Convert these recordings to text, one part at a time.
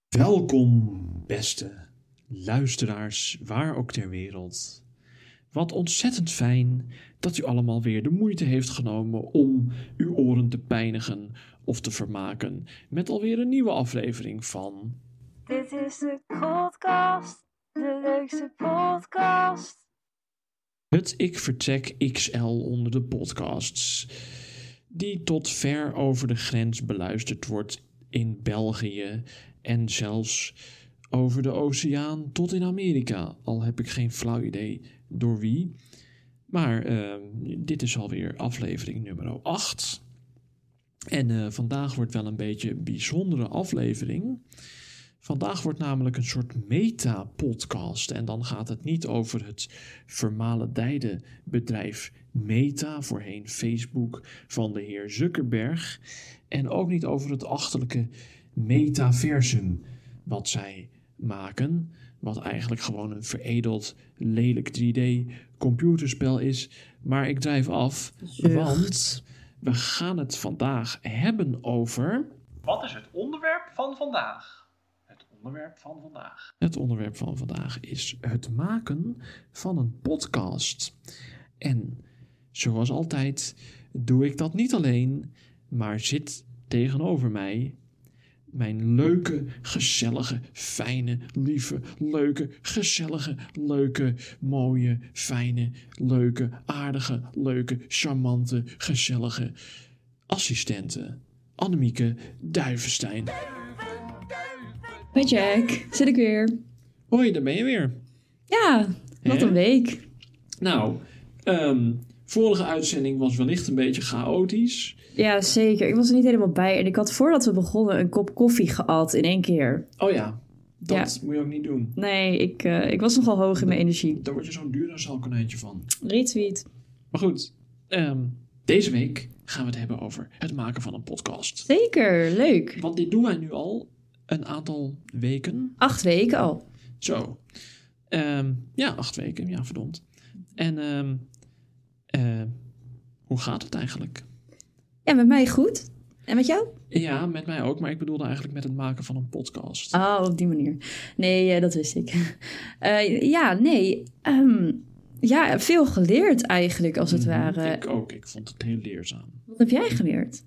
Welkom, beste luisteraars, waar ook ter wereld. Wat ontzettend fijn dat u allemaal weer de moeite heeft genomen om uw oren te pijnigen of te vermaken met alweer een nieuwe aflevering van... Dit is de podcast, de leukste podcast. Het Ik Vertrek XL onder de podcasts, die tot ver over de grens beluisterd wordt in België en zelfs over de oceaan tot in Amerika. Al heb ik geen flauw idee door wie. Maar dit is alweer aflevering nummer 8. En vandaag wordt wel een beetje een bijzondere aflevering. Vandaag wordt namelijk een soort meta-podcast. En dan gaat het niet over het vermalendijde bedrijf Meta, voorheen Facebook, van de heer Zuckerberg. En ook niet over het achterlijke metaversum wat zij maken. Wat eigenlijk gewoon een veredeld, lelijk 3D computerspel is. Maar ik drijf af, want we gaan het vandaag hebben over... Wat is het onderwerp van vandaag? Het onderwerp van vandaag Is het maken van een podcast. En zoals altijd doe ik dat niet alleen, maar zit tegenover mij mijn leuke, gezellige, fijne, lieve, leuke, gezellige, leuke, mooie, fijne, leuke, aardige, leuke, charmante, gezellige assistente Annemieke Duivenstein. Hoi Jack, zit ik weer. Hoi, daar ben je weer. Ja, wat een week. Nou, vorige uitzending was wellicht een beetje chaotisch. Ja, zeker. Ik was er niet helemaal bij. En ik had voordat we begonnen een kop koffie gehad in 1 keer. Oh ja, dat moet je ook niet doen. Nee, ik was nogal hoog in mijn energie. Daar word je zo'n Duracell-konijntje van. Retweet. Maar goed, deze week gaan we het hebben over het maken van een podcast. Zeker, leuk. Want dit doen wij nu al een aantal weken. 8 weken al. Zo. 8 weken, ja verdomd. En hoe gaat het eigenlijk? Ja, met mij goed. En met jou? Ja, met mij ook. Maar ik bedoelde eigenlijk met het maken van een podcast. Oh, op die manier. Nee, dat wist ik. Veel geleerd eigenlijk, als het ware. Ik ook. Ik vond het heel leerzaam. Wat heb jij geleerd?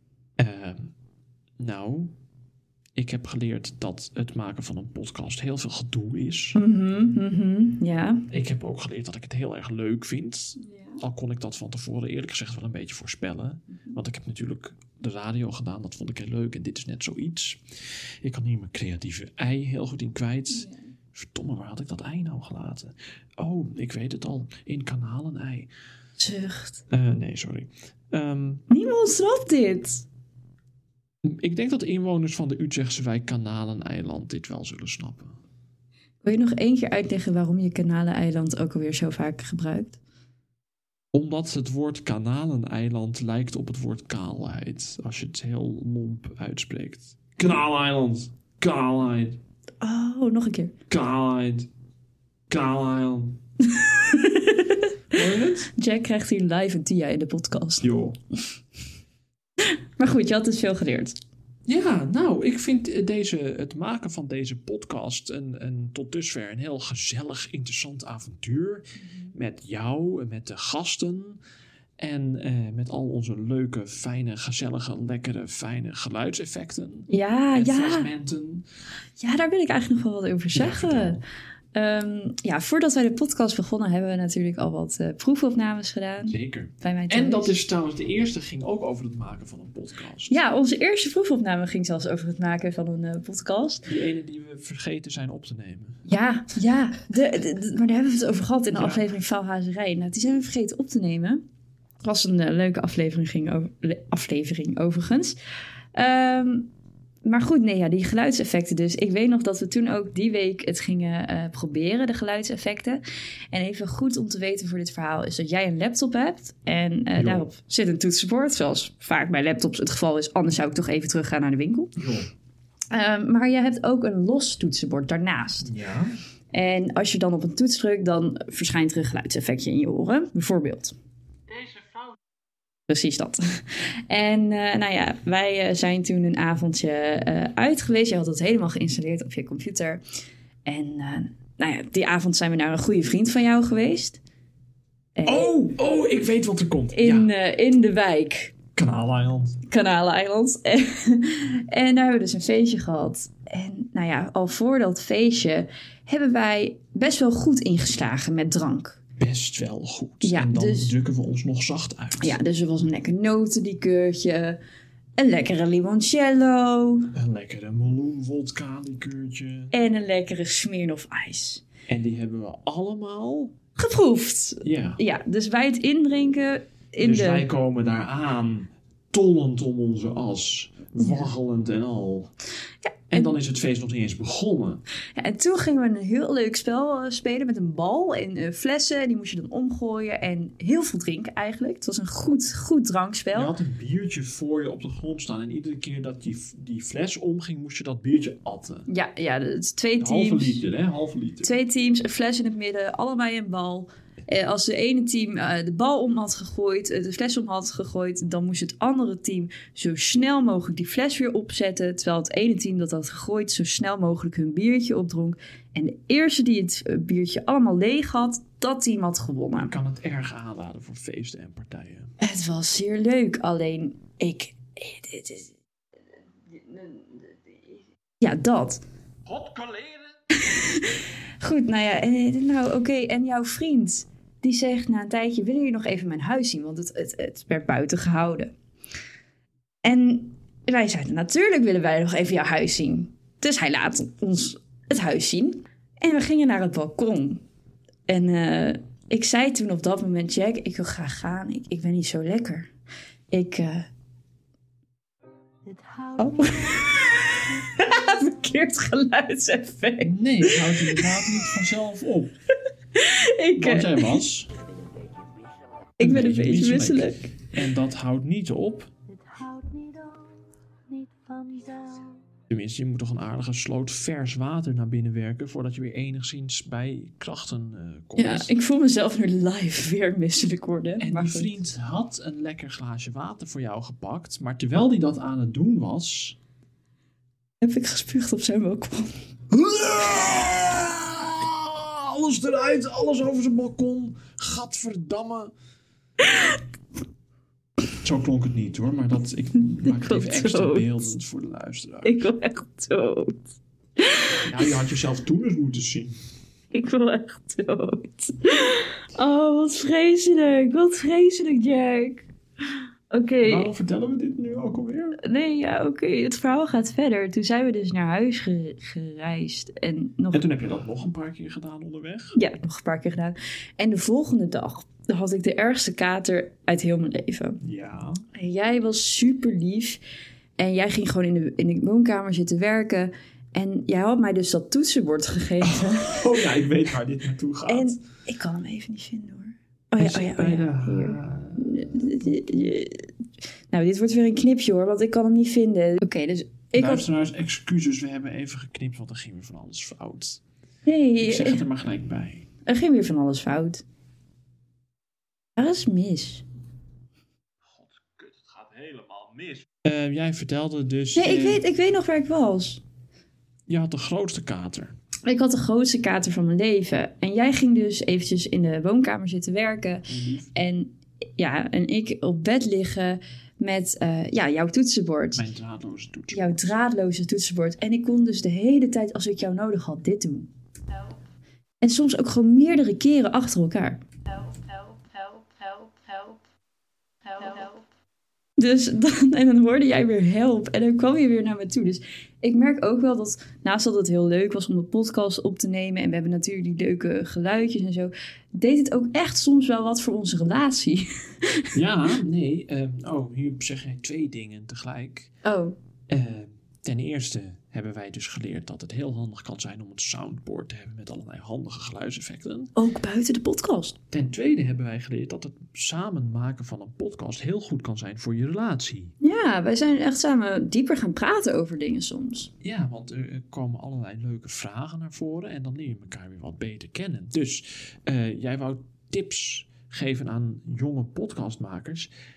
Nou, ik heb geleerd dat het maken van een podcast heel veel gedoe is. Ja. Ik heb ook geleerd dat ik het heel erg leuk vind. Al kon ik dat van tevoren eerlijk gezegd wel een beetje voorspellen. Want ik heb natuurlijk de radio gedaan, dat vond ik heel leuk. En dit is net zoiets. Ik kan hier mijn creatieve ei heel goed in kwijt. Ja. Verdomme, waar had ik dat ei nou gelaten? Oh, ik weet het al. In Kanalenei. Zucht. Nee, sorry. Niemand snapt dit. Ik denk dat de inwoners van de Utrechtse wijk Kanaleneiland dit wel zullen snappen. Wil je nog 1 keer uitleggen waarom je Kanaleneiland ook alweer zo vaak gebruikt? Omdat het woord Kanaleneiland lijkt op het woord kaalheid. Als je het heel lomp uitspreekt. Kanaleiland. Kaalheid. Oh, nog een keer. Kaalheid. Kaaleiland. Hoor je het? Jack krijgt hier live een Tia in de podcast. Joh. Maar goed, je had dus veel geleerd. Ja, nou, ik vind het maken van deze podcast een tot dusver een heel gezellig, interessant avontuur. Met jou, met de gasten en met al onze leuke, fijne, gezellige, lekkere, fijne geluidseffecten. Ja. Fragmenten. Ja, daar wil ik eigenlijk nog wel wat over zeggen. Voordat wij de podcast begonnen hebben we natuurlijk al wat proefopnames gedaan. Zeker. Bij mij thuis. En dat is trouwens de eerste, ging ook over het maken van een podcast. Ja, onze eerste proefopname ging zelfs over het maken van een podcast. Die ene die we vergeten zijn op te nemen. Ja, maar daar hebben we het over gehad in de aflevering Vuilhazerij. Nou, die zijn we vergeten op te nemen. Het was een leuke aflevering overigens. Maar goed, die geluidseffecten dus. Ik weet nog dat we toen ook die week het gingen proberen, de geluidseffecten. En even goed om te weten voor dit verhaal is dat jij een laptop hebt. En daarop zit een toetsenbord, zoals vaak bij laptops het geval is. Anders zou ik toch even teruggaan naar de winkel. Maar je hebt ook een los toetsenbord daarnaast. Ja. En als je dan op een toets drukt, dan verschijnt er een geluidseffectje in je oren. Bijvoorbeeld. Precies dat. En wij zijn toen een avondje uit geweest. Je had het helemaal geïnstalleerd op je computer. En die avond zijn we naar een goede vriend van jou geweest. Ik weet wat er komt. In de wijk. Kanaaleiland. En daar hebben we dus een feestje gehad. En al voor dat feestje hebben wij best wel goed ingeslagen met drank. Best wel goed. Ja, en dan drukken we ons nog zacht uit. Ja, dus er was een lekker notenlikeurtje. Een lekkere limoncello. Een lekkere meloen-vodka likeurtje. En een lekkere Smirnoff Ice. En die hebben we allemaal geproefd. Ja. Ja, dus wij het indrinken wij komen daar aan, tollend om onze as, waggelend en al. Ja, en dan is het feest nog niet eens begonnen. Ja, en toen gingen we een heel leuk spel spelen met een bal en flessen. Die moest je dan omgooien en heel veel drinken eigenlijk. Het was een goed drankspel. Je had een biertje voor je op de grond staan. En iedere keer dat die fles omging, moest je dat biertje atten. Ja, het is 2 teams. Halve liter. 2 teams, een fles in het midden, allebei een bal. Als de ene team de bal om had gegooid, de fles om had gegooid, dan moest het andere team zo snel mogelijk die fles weer opzetten. Terwijl het ene team dat had gegooid zo snel mogelijk hun biertje opdronk. En de eerste die het biertje allemaal leeg had, dat team had gewonnen. Ik kan het erg aanraden voor feesten en partijen. Het was zeer leuk, alleen ja, dat. Hopkaleren. Goed, oké. En jouw vriend, die zegt na een tijdje, willen jullie nog even mijn huis zien? Want het werd buiten gehouden. En wij zeiden, natuurlijk willen wij nog even jouw huis zien. Dus hij laat ons het huis zien. En we gingen naar het balkon. En ik zei toen op dat moment, Jack, ik wil graag gaan. Ik ben niet zo lekker. Verkeerd geluidseffect. Nee, het houdt inderdaad niet vanzelf op. Want jij was... Ik ben een beetje misselijk. En dat houdt niet op. Het houdt niet op, niet vanzelf. Tenminste, je moet toch een aardige sloot vers water naar binnen werken voordat je weer enigszins bij krachten komt. Ja, ik voel mezelf nu live weer misselijk worden. En maar die goed. vriend had een lekker glaasje water voor jou gepakt, maar terwijl hij dat aan het doen was... Heb ik gespuugd op zijn balkon. Alles eruit, alles over zijn balkon. Gadverdamme. Zo klonk het niet hoor, maar ik maak het even extra beeldend voor de luisteraar. Ik wil echt dood. Nou, je had jezelf toen eens moeten zien. Ik wil echt dood. Oh, wat vreselijk. Wat vreselijk, Jack. Oké. Waarom vertellen we dit nu ook alweer? Nee, ja, oké. Het verhaal gaat verder. Toen zijn we dus naar huis gereisd. En toen heb je dat nog een paar keer gedaan onderweg? Ja, nog een paar keer gedaan. En de volgende dag had ik de ergste kater uit heel mijn leven. Ja. En jij was super lief. En jij ging gewoon in de woonkamer zitten werken. En jij had mij dus dat toetsenbord gegeven. Oh ja, ik weet waar dit naartoe gaat. En ik kan hem even niet vinden hoor. Oh ja. Hier. Nou, dit wordt weer een knipje hoor, want ik kan hem niet vinden. Oké, dus luisteraars, excuses, we hebben even geknipt, want er ging weer van alles fout. Nee, ik zeg het er maar gelijk bij. Er ging weer van alles fout. Waar is mis? God, kut, het gaat helemaal mis. Jij vertelde dus... Nee, ik weet nog waar ik was. Je had de grootste kater. Ik had de grootste kater van mijn leven. En jij ging dus eventjes in de woonkamer zitten werken. En ik op bed liggen met jouw toetsenbord. Mijn draadloze toetsenbord. Jouw draadloze toetsenbord. En ik kon dus de hele tijd, als ik jou nodig had, dit doen. Help, En soms ook gewoon meerdere keren achter elkaar. help, help, help, help, help, help, help. Dus dan hoorde jij weer help. En dan kwam je weer naar me toe. Dus ik merk ook wel dat naast dat het heel leuk was om de podcast op te nemen. En we hebben natuurlijk die leuke geluidjes en zo. Deed het ook echt soms wel wat voor onze relatie. Ja, nee. Hier zeg je 2 dingen tegelijk. Oh. Ten eerste hebben wij dus geleerd dat het heel handig kan zijn om een soundboard te hebben met allerlei handige geluidseffecten. Ook buiten de podcast. Ten tweede hebben wij geleerd dat het samen maken van een podcast heel goed kan zijn voor je relatie. Ja, wij zijn echt samen dieper gaan praten over dingen soms. Ja, want er komen allerlei leuke vragen naar voren en dan leer je elkaar weer wat beter kennen. Dus jij wou tips geven aan jonge podcastmakers.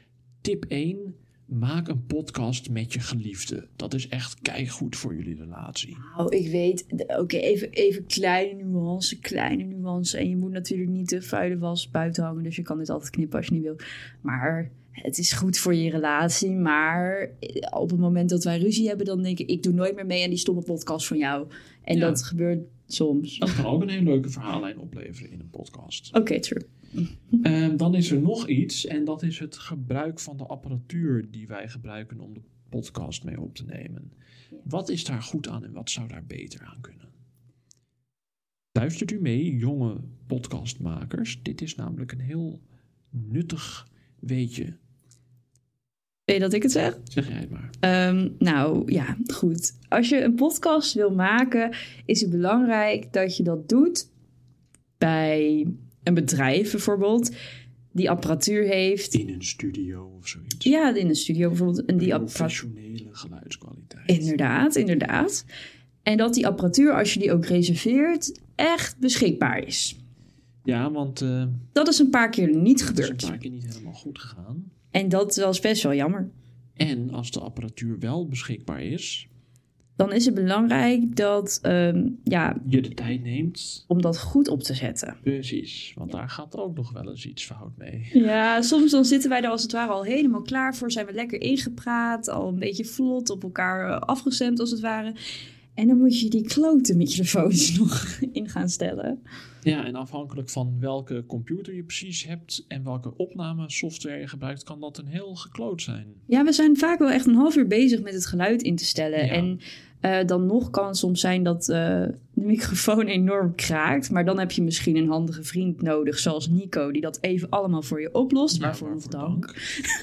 Tip 1. Maak een podcast met je geliefde. Dat is echt keigoed voor jullie relatie. Nou, ik weet. Oké, even kleine nuance. En je moet natuurlijk niet de vuile was buiten hangen. Dus je kan dit altijd knippen als je niet wil. Maar het is goed voor je relatie. Maar op het moment dat wij ruzie hebben, dan denk ik doe nooit meer mee aan die stomme podcast van jou. En dat gebeurt soms. Dat kan ook een hele leuke verhaallijn opleveren in een podcast. Oké, true. Dan is er nog iets. En dat is het gebruik van de apparatuur die wij gebruiken om de podcast mee op te nemen. Wat is daar goed aan en wat zou daar beter aan kunnen? Luistert u mee, jonge podcastmakers? Dit is namelijk een heel nuttig weetje. Weet je dat ik het zeg? Zeg jij het maar. Nou ja, goed. Als je een podcast wil maken, is het belangrijk dat je dat doet bij een bedrijf bijvoorbeeld, die apparatuur heeft. In een studio of zoiets. Ja, in een studio bijvoorbeeld. En die professionele geluidskwaliteit. Inderdaad. En dat die apparatuur, als je die ook reserveert, echt beschikbaar is. Ja, want dat is een paar keer niet gebeurd. Dat is een paar keer niet helemaal goed gegaan. En dat was best wel jammer. En als de apparatuur wel beschikbaar is, dan is het belangrijk dat je de tijd neemt om dat goed op te zetten. Precies, want daar gaat ook nog wel eens iets fout mee. Ja, soms dan zitten wij er als het ware al helemaal klaar voor. Zijn we lekker ingepraat, al een beetje vlot op elkaar afgestemd als het ware. En dan moet je die klote microfoons nog in gaan stellen. Ja, en afhankelijk van welke computer je precies hebt en welke opnamesoftware je gebruikt, kan dat een heel gekloot zijn. Ja, we zijn vaak wel echt een half uur bezig met het geluid in te stellen. Ja. En dan nog kan het soms zijn dat de microfoon enorm kraakt. Maar dan heb je misschien een handige vriend nodig, zoals Nico, die dat even allemaal voor je oplost. Waarvoor nog dank.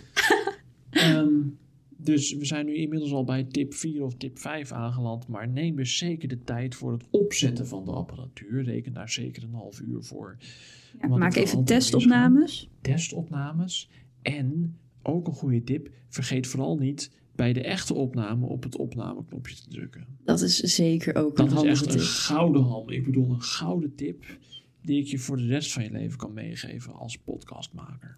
Dus we zijn nu inmiddels al bij tip 4 of tip 5 aangeland. Maar neem dus zeker de tijd voor het opzetten van de apparatuur. Reken daar zeker een half uur voor. Ja, maak even testopnames. Testopnames. En ook een goede tip. Vergeet vooral niet bij de echte opname op het opnameknopje te drukken. Dat is zeker ook een handige tip. Dat is echt een gouden ham. Ik bedoel een gouden tip die ik je voor de rest van je leven kan meegeven als podcastmaker.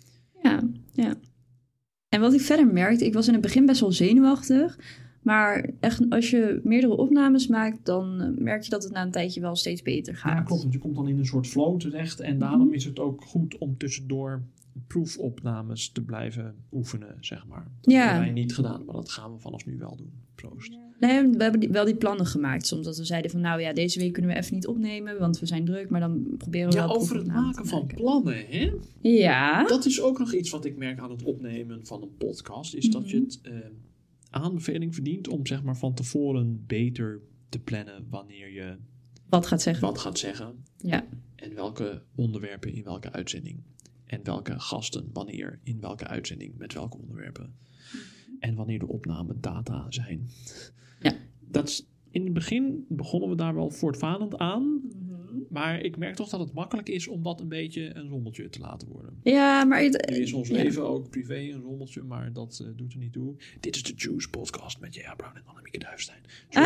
Ja. En wat ik verder merkte, ik was in het begin best wel zenuwachtig. Maar echt, als je meerdere opnames maakt, dan merk je dat het na een tijdje wel steeds beter gaat. Ja, klopt. Want je komt dan in een soort flow terecht. En daarom is het ook goed om tussendoor proefopnames te blijven oefenen, zeg maar. Dat hebben wij niet gedaan, maar dat gaan we vanaf nu wel doen. Proost. Nee, we hebben wel die plannen gemaakt. Soms dat we zeiden van, nou ja, deze week kunnen we even niet opnemen, want we zijn druk. Maar dan proberen we wel over het maken van plannen, hè? Ja. Dat is ook nog iets wat ik merk aan het opnemen van een podcast. Is dat je het aanbeveling verdient om zeg maar van tevoren beter te plannen wanneer je wat gaat zeggen. Ja. En welke onderwerpen in welke uitzending. En welke gasten wanneer in welke uitzending met welke onderwerpen. En wanneer de opnamedata zijn. Ja. In het begin begonnen we daar wel voortvarend aan. Maar ik merk toch dat het makkelijk is om dat een beetje een rommeltje te laten worden. Ja, maar Nu is ons leven ook privé een rommeltje, maar dat doet er niet toe. Dit is de Juice Podcast met J.A. Brown en Annemieke Duifstein.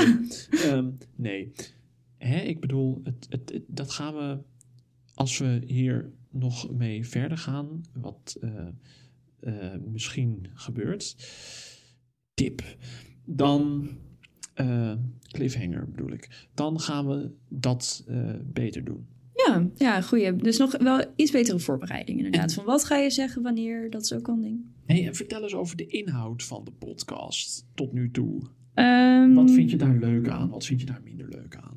Nee. Ik bedoel, dat gaan we, als we hier nog mee verder gaan, wat misschien gebeurt. Tip. Dan cliffhanger bedoel ik. Dan gaan we dat beter doen. Ja, goeie. Dus nog wel iets betere voorbereiding inderdaad. Van wat ga je zeggen, wanneer, dat is ook al een ding. Hey, en vertel eens over de inhoud van de podcast tot nu toe. Wat vind je daar leuk aan? Wat vind je daar minder leuk aan?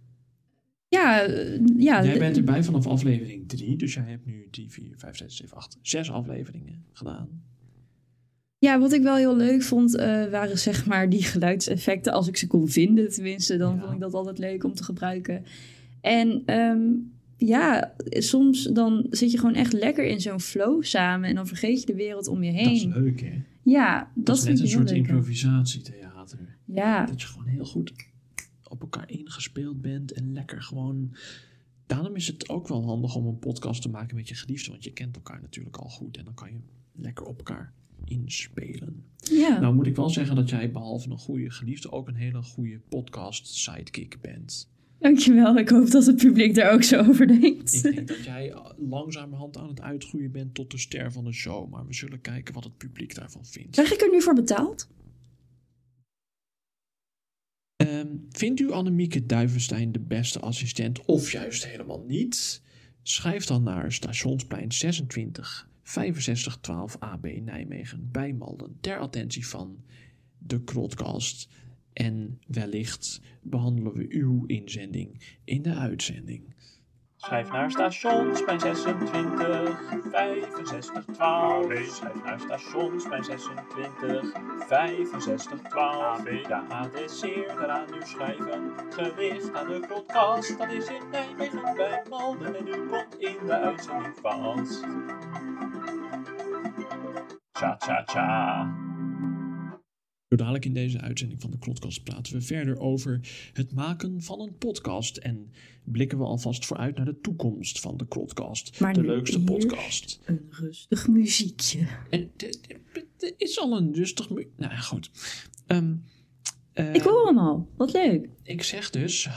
Ja. Jij bent erbij vanaf aflevering 3, dus jij hebt nu 3, 4, 5, 6, 7, 8, 6 afleveringen gedaan. Ja, wat ik wel heel leuk vond, waren zeg maar die geluidseffecten. Als ik ze kon vinden tenminste, dan vond ik dat altijd leuk om te gebruiken. En soms dan zit je gewoon echt lekker in zo'n flow samen en dan vergeet je de wereld om je heen. Dat is leuk, hè? Ja, dat is net een soort improvisatietheater. Ja. Dat je gewoon heel goed op elkaar ingespeeld bent en lekker gewoon. Daarom is het ook wel handig om een podcast te maken met je geliefde, want je kent elkaar natuurlijk al goed en dan kan je lekker op elkaar inspelen. Ja. Nou moet ik wel zeggen dat jij behalve een goede geliefde ook een hele goede podcast sidekick bent. Dankjewel. Ik hoop dat het publiek daar ook zo over denkt. Ik denk dat jij langzamerhand aan het uitgroeien bent tot de ster van de show. Maar we zullen kijken wat het publiek daarvan vindt. Krijg ik er nu voor betaald? Vindt u Annemieke Duivenstein de beste assistent of juist helemaal niet? Schrijf dan naar Stationsplein 26 6512 AB Nijmegen bij Malden ter attentie van de Krotcast. En wellicht behandelen we uw inzending in de uitzending. Schrijf naar Stationsplein 26 6512. Schrijf naar Stationsplein 26 6512. De adresseerder aan u schrijven. Gericht aan de Krotcast. Dat is in Nijmegen bij Malden. En u komt in de uitzending vast. Tja, tja, tja. Zo dadelijk in deze uitzending van de Krotcast praten we verder over het maken van een podcast. En blikken we alvast vooruit naar de toekomst van de Krotcast. Maar de leukste podcast. Een rustig muziekje. En er is al een rustig Nou ja, goed. Ik hoor hem al. Wat leuk. Ik zeg dus...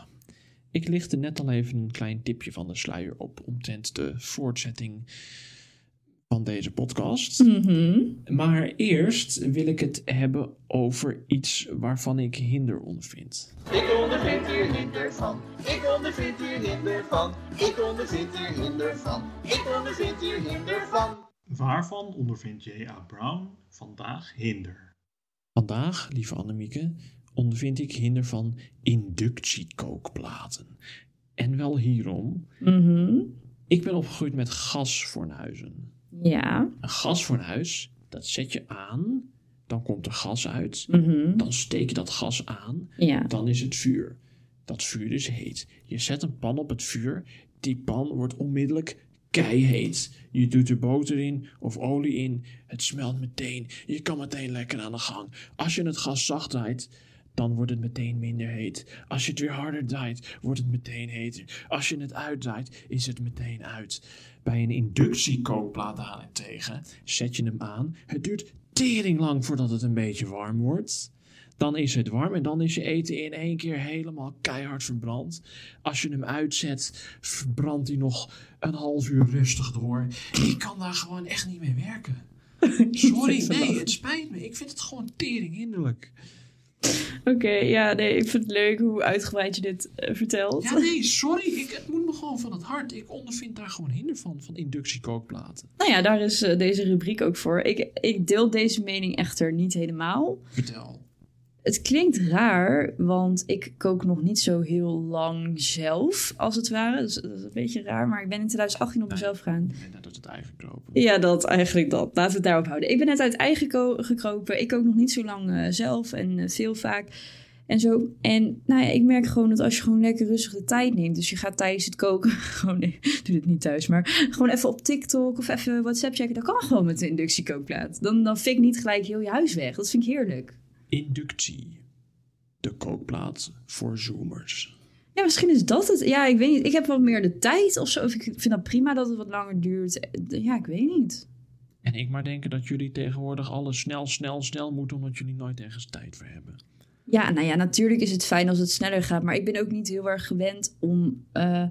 Ik lichtte net al even een klein tipje van de sluier op omtrent de voortzetting van deze podcast. Maar eerst wil ik het hebben over iets waarvan ik hinder ondervind. Ik ondervind hier hinder van. Ik ondervind hier hinder van. Ik ondervind hier hinder van. Ik ondervind hier hinder van. Waarvan ondervindt J.A. Brown vandaag hinder? Vandaag, lieve Annemieke, ondervind ik hinder van inductiekookplaten. En wel hierom. Ik ben opgegroeid met gasfornuizen. Ja. Een gasfornuis, dat zet je aan, dan komt er gas uit, dan steek je dat gas aan, Ja. dan is het vuur. Dat vuur is heet. Je zet een pan op het vuur, die pan wordt onmiddellijk keiheet. Je doet er boter in of olie in, het smelt meteen, je kan meteen lekker aan de gang. Als je het gas zacht draait, dan wordt het meteen minder heet. Als je het weer harder draait, wordt het meteen heter. Als je het uitdraait, is het meteen uit. Bij een inductiekookplaat daarentegen zet je hem aan. Het duurt tering lang voordat het een beetje warm wordt. Dan is het warm en dan is je eten in één keer helemaal keihard verbrand. Als je hem uitzet, verbrandt hij nog een half uur rustig door. Ik kan daar gewoon echt niet mee werken. Sorry, nee, het spijt me. Ik vind het gewoon tering hinderlijk. Oké, ja, nee, ik vind het leuk hoe uitgebreid je dit vertelt. Ja, nee, sorry. Het moet me gewoon van het hart. Ik ondervind daar gewoon hinder van inductiekookplaten. Nou ja, daar is deze rubriek ook voor. Ik deel deze mening echter niet helemaal. Vertel. Het klinkt raar, want ik kook nog niet zo heel lang zelf, als het ware. Dus dat is een beetje raar, maar ik ben in 2018 op mezelf gegaan. Ik ben net uit het ei gekropen. Ja, dat. Laten we het daarop houden. Ik ben net uit het ei gekropen. Ik kook nog niet zo lang zelf en veel vaak. En zo. En nou ja, ik merk gewoon dat als je gewoon lekker rustig de tijd neemt. Dus je gaat tijdens het koken gewoon, nee, doe dit niet thuis. Maar gewoon even op TikTok of even WhatsApp checken. Dat kan gewoon met de inductiekookplaat. Dan fik niet gelijk heel je huis weg. Dat vind ik heerlijk. Inductie. De kookplaat voor zoomers. Ja, misschien is dat het. Ja, ik weet niet. Ik heb wat meer de tijd of zo. Of ik vind dat prima dat het wat langer duurt. Ja, ik weet niet. En ik maar denken dat jullie tegenwoordig alles snel moeten, omdat jullie nooit ergens tijd voor hebben. Ja, nou ja, natuurlijk is het fijn als het sneller gaat. Maar ik ben ook niet heel erg gewend om...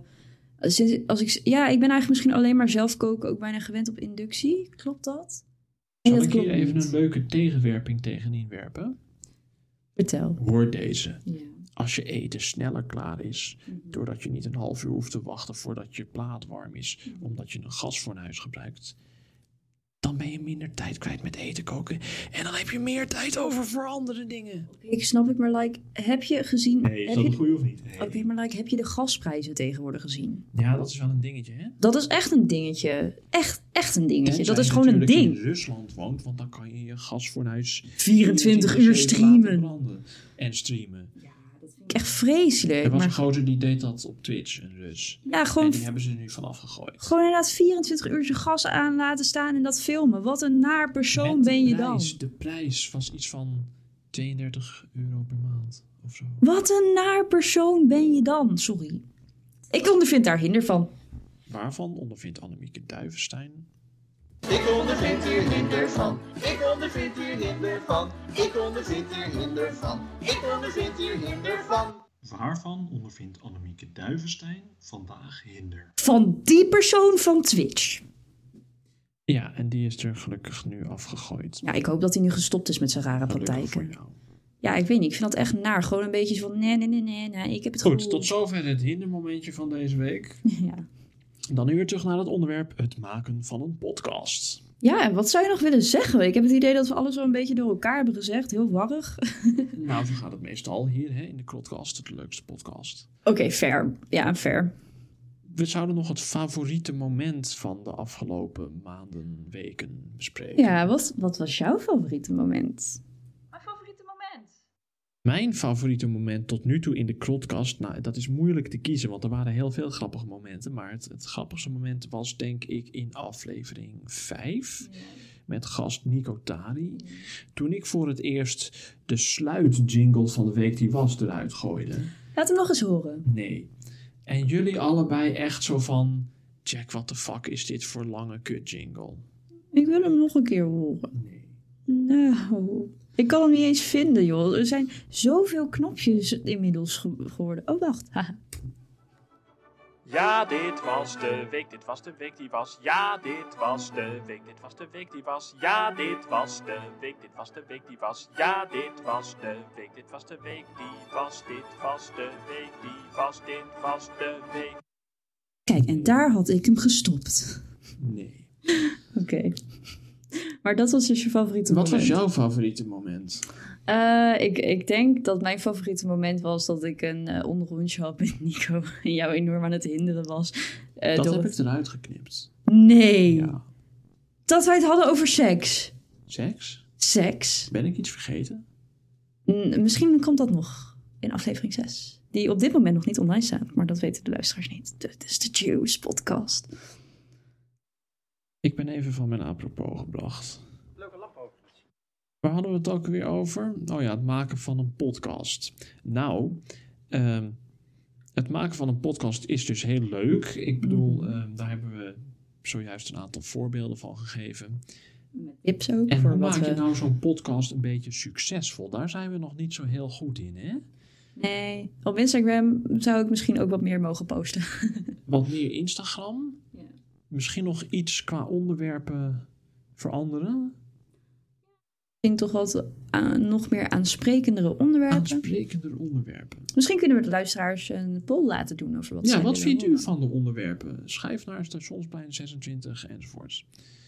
ik ben eigenlijk misschien alleen maar zelf koken ook bijna gewend op inductie. Klopt dat? Zal dat ik hier klopt even niet. een leuke tegenwerping tegenin werpen? Vertel. Hoor deze. Ja. Als je eten sneller klaar is, doordat je niet een half uur hoeft te wachten voordat je plaat warm is, omdat je een gasfornuis gebruikt, dan ben je minder tijd kwijt met eten koken. En dan heb je meer tijd over voor andere dingen. Ik snap het, maar heb je gezien... Nee, is dat het goede of niet? Nee. Oké, maar heb je de gasprijzen tegenwoordig gezien? Ja, dat is wel een dingetje, hè? Dat is echt een dingetje. Echt een dingetje. Tenzij Dat is je gewoon een natuurlijk ding. in Rusland woont, want dan kan je je gasfornuis 24 uur 24/7 streamen. laten branden en streamen. Echt vreselijk. Er was een Maar gozer die deed dat op Twitch, een Rus. ja, En gewoon die hebben ze er nu vanaf gegooid. Gewoon inderdaad 24 uur je gas aan laten staan en dat filmen. Wat een naar persoon Met ben je de dan. prijs. De prijs was iets van €32 per maand of zo. Wat een naar persoon ben je dan. Sorry. Ik ondervind daar hinder van. Waarvan ondervindt Annemieke Duivenstein? Ik ondervind hier hinder van. Ik ondervind hier hinder van. Ik ondervind hier hinder van. Ik ondervind hier hinder van. Waarvan ondervindt Annemieke Duivenstein vandaag hinder? Van die persoon van Twitch. Ja, en die is er gelukkig nu afgegooid. Ja, ik hoop dat hij nu gestopt is met zijn rare Gelukkig praktijken. voor jou. Ja, ik weet niet. Ik vind dat echt naar. Gewoon een beetje zo van nee, ik heb het Goed, tot zover het hindermomentje van deze week. Ja. Dan nu weer terug naar het onderwerp, het maken van een podcast. Ja, en wat zou je nog willen zeggen? Ik heb het idee dat we alles zo een beetje door elkaar hebben gezegd. Heel warrig. Nou, zo gaat het meestal hier in de Krotcast, het leukste podcast. Oké, fair. Ja, fair. We zouden nog het favoriete moment van de afgelopen maanden, weken bespreken. Ja, wat was jouw favoriete moment? Mijn favoriete moment. Mijn favoriete moment tot nu toe in de Krotcast, nou, dat is moeilijk te kiezen, want er waren heel veel grappige momenten. Maar het grappigste moment was denk ik in aflevering 5 met gast Nico Tari. Toen ik voor het eerst de sluitjingle van de week die was eruit gooide. Laat hem nog eens horen. Nee. En jullie allebei echt zo van, Jack, what the fuck is dit voor lange kut jingle? Ik wil hem nog een keer horen. Nee. Nou, ik kan hem niet eens vinden, joh. Er zijn zoveel knopjes inmiddels geworden. Oh, wacht. Haha. Ja, dit was de week, dit was de week die was. Ja, dit was de week, dit was de week die was. Ja, dit was de week, dit was de week die was. Ja, dit was de week, dit was de week die was. Dit was de week die was, dit was de week. Kijk, en daar had ik hem gestopt. Nee. Oké. Maar dat was dus je favoriete Wat moment. was jouw favoriete moment? Ik denk dat mijn favoriete moment was dat ik een onderrondje had met Nico en jou enorm aan het hinderen was. Dat door heb het- ik eruit geknipt. Nee. Ja. Dat wij het hadden over seks. Seks? Seks. Ben ik iets vergeten? Misschien komt dat nog in aflevering 6. Die op dit moment nog niet online staat, maar dat weten de luisteraars niet. Dit is de Juice podcast. Ik ben even van mijn apropos gebracht. Leuke lamp over. Waar hadden we het ook weer over? Oh ja, het maken van een podcast. Nou, het maken van een podcast is dus heel leuk. Ik bedoel, daar hebben we zojuist een aantal voorbeelden van gegeven. Met tips ook. En voor hoe wat maak je we... nou zo'n podcast een beetje succesvol? Daar zijn we nog niet zo heel goed in, hè? Nee, op Instagram zou ik misschien ook wat meer mogen posten. Wat meer Instagram. Ja. Misschien nog iets qua onderwerpen veranderen. Misschien toch wat nog meer aansprekendere onderwerpen. Aansprekender onderwerpen. Misschien kunnen we de luisteraars een poll laten doen over wat Ja, zij wat willen vindt u horen. van de onderwerpen? Schrijf naar Stationsplein 26 enzovoorts.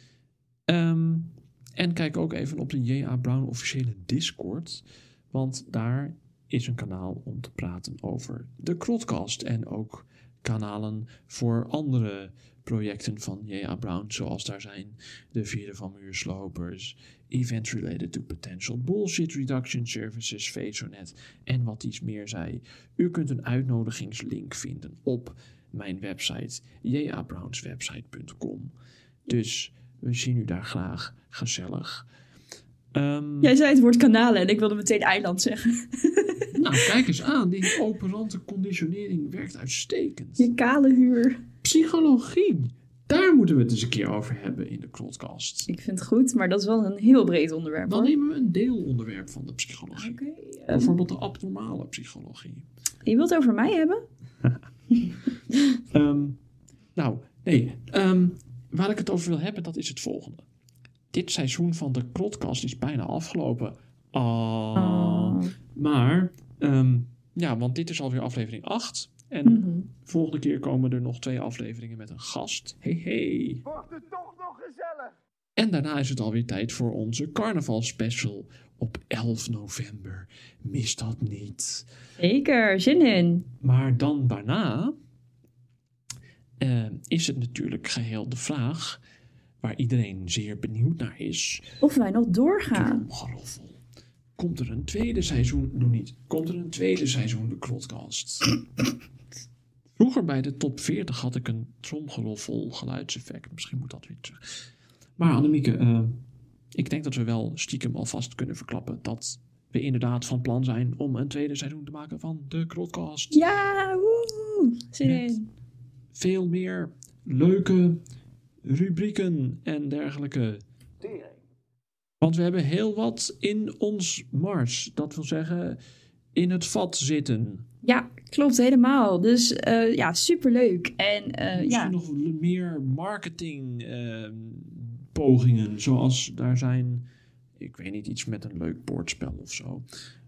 En kijk ook even op de J.A. Brown officiële Discord. Want daar is een kanaal om te praten over de Krotcast. En ook kanalen voor andere projecten van J.A. Brown. Zoals daar zijn de Vierde van Muurslopers, Events Related to Potential Bullshit Reduction Services, Vezonet en wat iets meer zei. U kunt een uitnodigingslink vinden op mijn website, jabrownswebsite.com. Dus we zien u daar graag gezellig. Jij zei het woord kanalen en ik wilde meteen eiland zeggen. Nou, kijk eens aan. Die operante conditionering werkt uitstekend. Je kale huur. Psychologie. Daar moeten we het eens een keer over hebben in de Krotcast. Ik vind het goed, maar dat is wel een heel breed onderwerp. Dan hoor. nemen we een deelonderwerp van de psychologie. Oké. Bijvoorbeeld de abnormale psychologie. Je wilt het over mij hebben? Waar ik het over wil hebben, dat is het volgende. Dit seizoen van de Krotcast is bijna afgelopen. Maar, want dit is alweer aflevering 8. En volgende keer komen er nog 2 afleveringen met een gast. Hey. Wordt het toch nog gezellig? En daarna is het alweer tijd voor onze carnavalspecial op 11 november. Mis dat niet. Zeker, zin in. Maar dan daarna is het natuurlijk geheel de vraag waar iedereen zeer benieuwd naar is. Of wij nog doorgaan. Tromgeroffel. Komt er een tweede seizoen? Nog niet. Komt er een tweede seizoen de Krotcast? Vroeger bij de top 40 had ik een tromgeroffel geluidseffect. Misschien moet dat weer terug. Maar Annemieke, ik denk dat we wel stiekem alvast kunnen verklappen dat we inderdaad van plan zijn om een tweede seizoen te maken van de Krotcast. Ja, woe! Zin in. Veel meer leuke rubrieken en dergelijke. Want we hebben heel wat in ons mars. Dat wil zeggen, in het vat zitten. Ja, klopt helemaal. Dus superleuk. En Misschien nog meer marketing pogingen. Zoals daar zijn, ik weet niet, iets met een leuk bordspel of zo.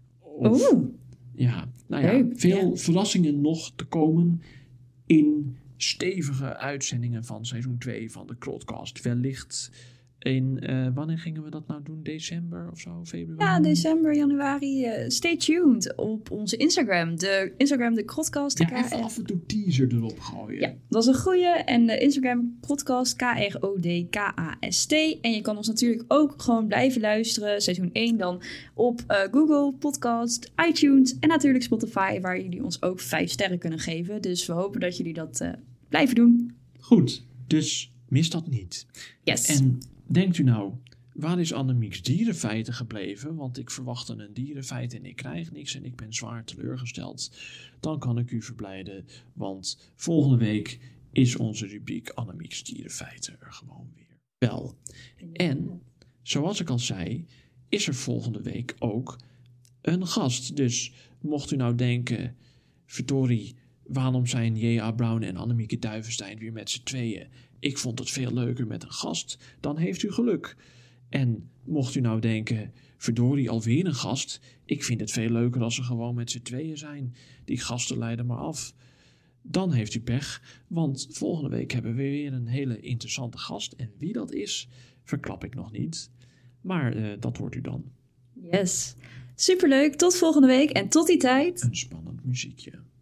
Ja, leuk, veel verrassingen nog te komen in stevige uitzendingen van seizoen 2 van de Krotcast. Wellicht in, wanneer gingen we dat nou doen? December of zo? Februari? Ja, december, januari. Stay tuned op onze Instagram. De Krotcast. Ja, even af en toe teaser erop gooien. Ja, dat is een goeie. En de Instagram Krotcast, KRODKAST. En je kan ons natuurlijk ook gewoon blijven luisteren. Seizoen 1 dan op Google Podcast, iTunes en natuurlijk Spotify, waar jullie ons ook 5 sterren kunnen geven. Dus we hopen dat jullie dat blijven doen. Goed, dus mis dat niet. Yes. En denkt u nou, waar is Annemiek's dierenfeiten gebleven? Want ik verwachtte een dierenfeit en ik krijg niks en ik ben zwaar teleurgesteld. Dan kan ik u verblijden, want volgende week is onze rubriek Annemiek's dierenfeiten er gewoon weer. Wel, en zoals ik al zei, is er volgende week ook een gast. Dus mocht u nou denken, verdorie, waarom zijn J.A. Brown en Annemieke Duivenstein weer met z'n tweeën? Ik vond het veel leuker met een gast. Dan heeft u geluk. En mocht u nou denken, verdorie, alweer een gast. Ik vind het veel leuker als ze gewoon met z'n tweeën zijn. Die gasten leiden maar af. Dan heeft u pech, want volgende week hebben we weer een hele interessante gast. En wie dat is, verklap ik nog niet. Maar dat hoort u dan. Yes. Superleuk. Tot volgende week en tot die tijd. Een spannend muziekje.